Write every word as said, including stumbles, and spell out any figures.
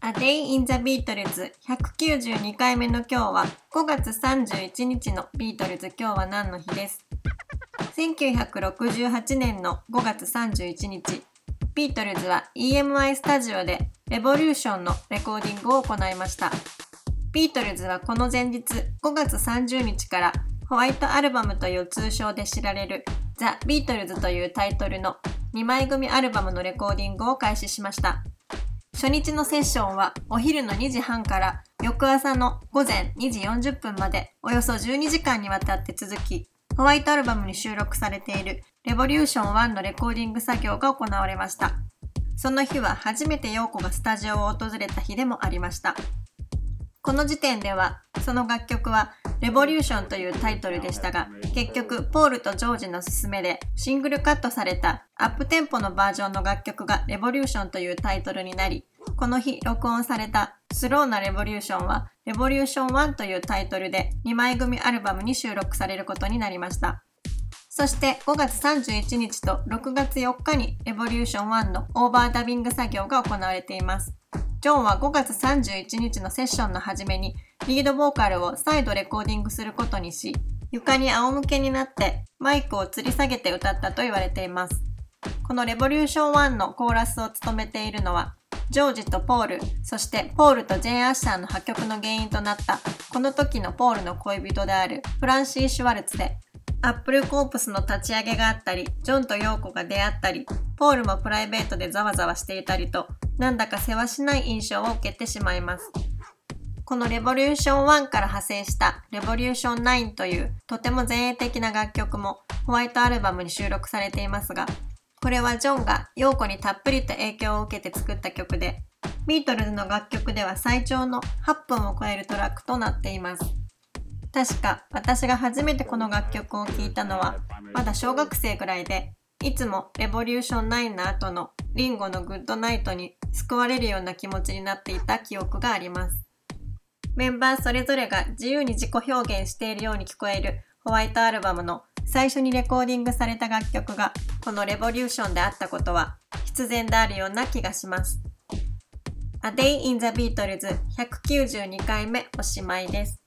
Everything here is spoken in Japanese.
A Day in the Beatles ひゃくきゅうじゅうにかいめの今日はごがつさんじゅういちにちのビートルズ今日は何の日です。せんきゅうひゃくろくじゅうはちねんのごがつさんじゅういちにち、ビートルズは イーエムアイ スタジオでレボリューションのレコーディングを行いました。ビートルズはこの前日ごがつさんじゅうにちからホワイトアルバムという通称で知られる The Beatles というタイトルのにまい組アルバムのレコーディングを開始しました。初日のセッションはお昼のにじはんから翌朝のごぜんにじよんじゅっぷんまでおよそじゅうにじかんにわたって続き、ホワイトアルバムに収録されているレボリューションワンのレコーディング作業が行われました。その日は初めて陽子がスタジオを訪れた日でもありました。この時点ではその楽曲はレボリューションというタイトルでしたが、結局ポールとジョージの勧めでシングルカットされたアップテンポのバージョンの楽曲がレボリューションというタイトルになり、この日録音されたスローなレボリューションはレボリューションワンというタイトルでにまい組アルバムに収録されることになりました。そしてごがつさんじゅういちにちとろくがつよっかにレボリューションワンのオーバーダビング作業が行われています。ジョンはごがつさんじゅういちにちのセッションの初めにリードボーカルを再度レコーディングすることにし、床に仰向けになってマイクを吊り下げて歌ったと言われています。このレボリューションワンのコーラスを務めているのはジョージとポール、そしてポールとジェーン・アッシャーの破局の原因となったこの時のポールの恋人であるフランシー・シュワルツで、アップルコープスの立ち上げがあったり、ジョンとヨーコが出会ったり、ポールもプライベートでざわざわしていたりと、なんだかせわしない印象を受けてしまいます。このレボリューションワンから派生したレボリューションナインというとても前衛的な楽曲もホワイトアルバムに収録されていますが、これはジョンがヨーコにたっぷりと影響を受けて作った曲で、ビートルズの楽曲では最長のはっぷんを超えるトラックとなっています。確か私が初めてこの楽曲を聴いたのはまだ小学生くらいで、いつもレボリューションナインの後のリンゴのグッドナイトに救われるような気持ちになっていた記憶があります。メンバーそれぞれが自由に自己表現しているように聞こえるホワイトアルバムの最初にレコーディングされた楽曲がこのレボリューションであったことは必然であるような気がします。A Day in the Beatles ひゃくきゅうじゅうにかいめおしまいです。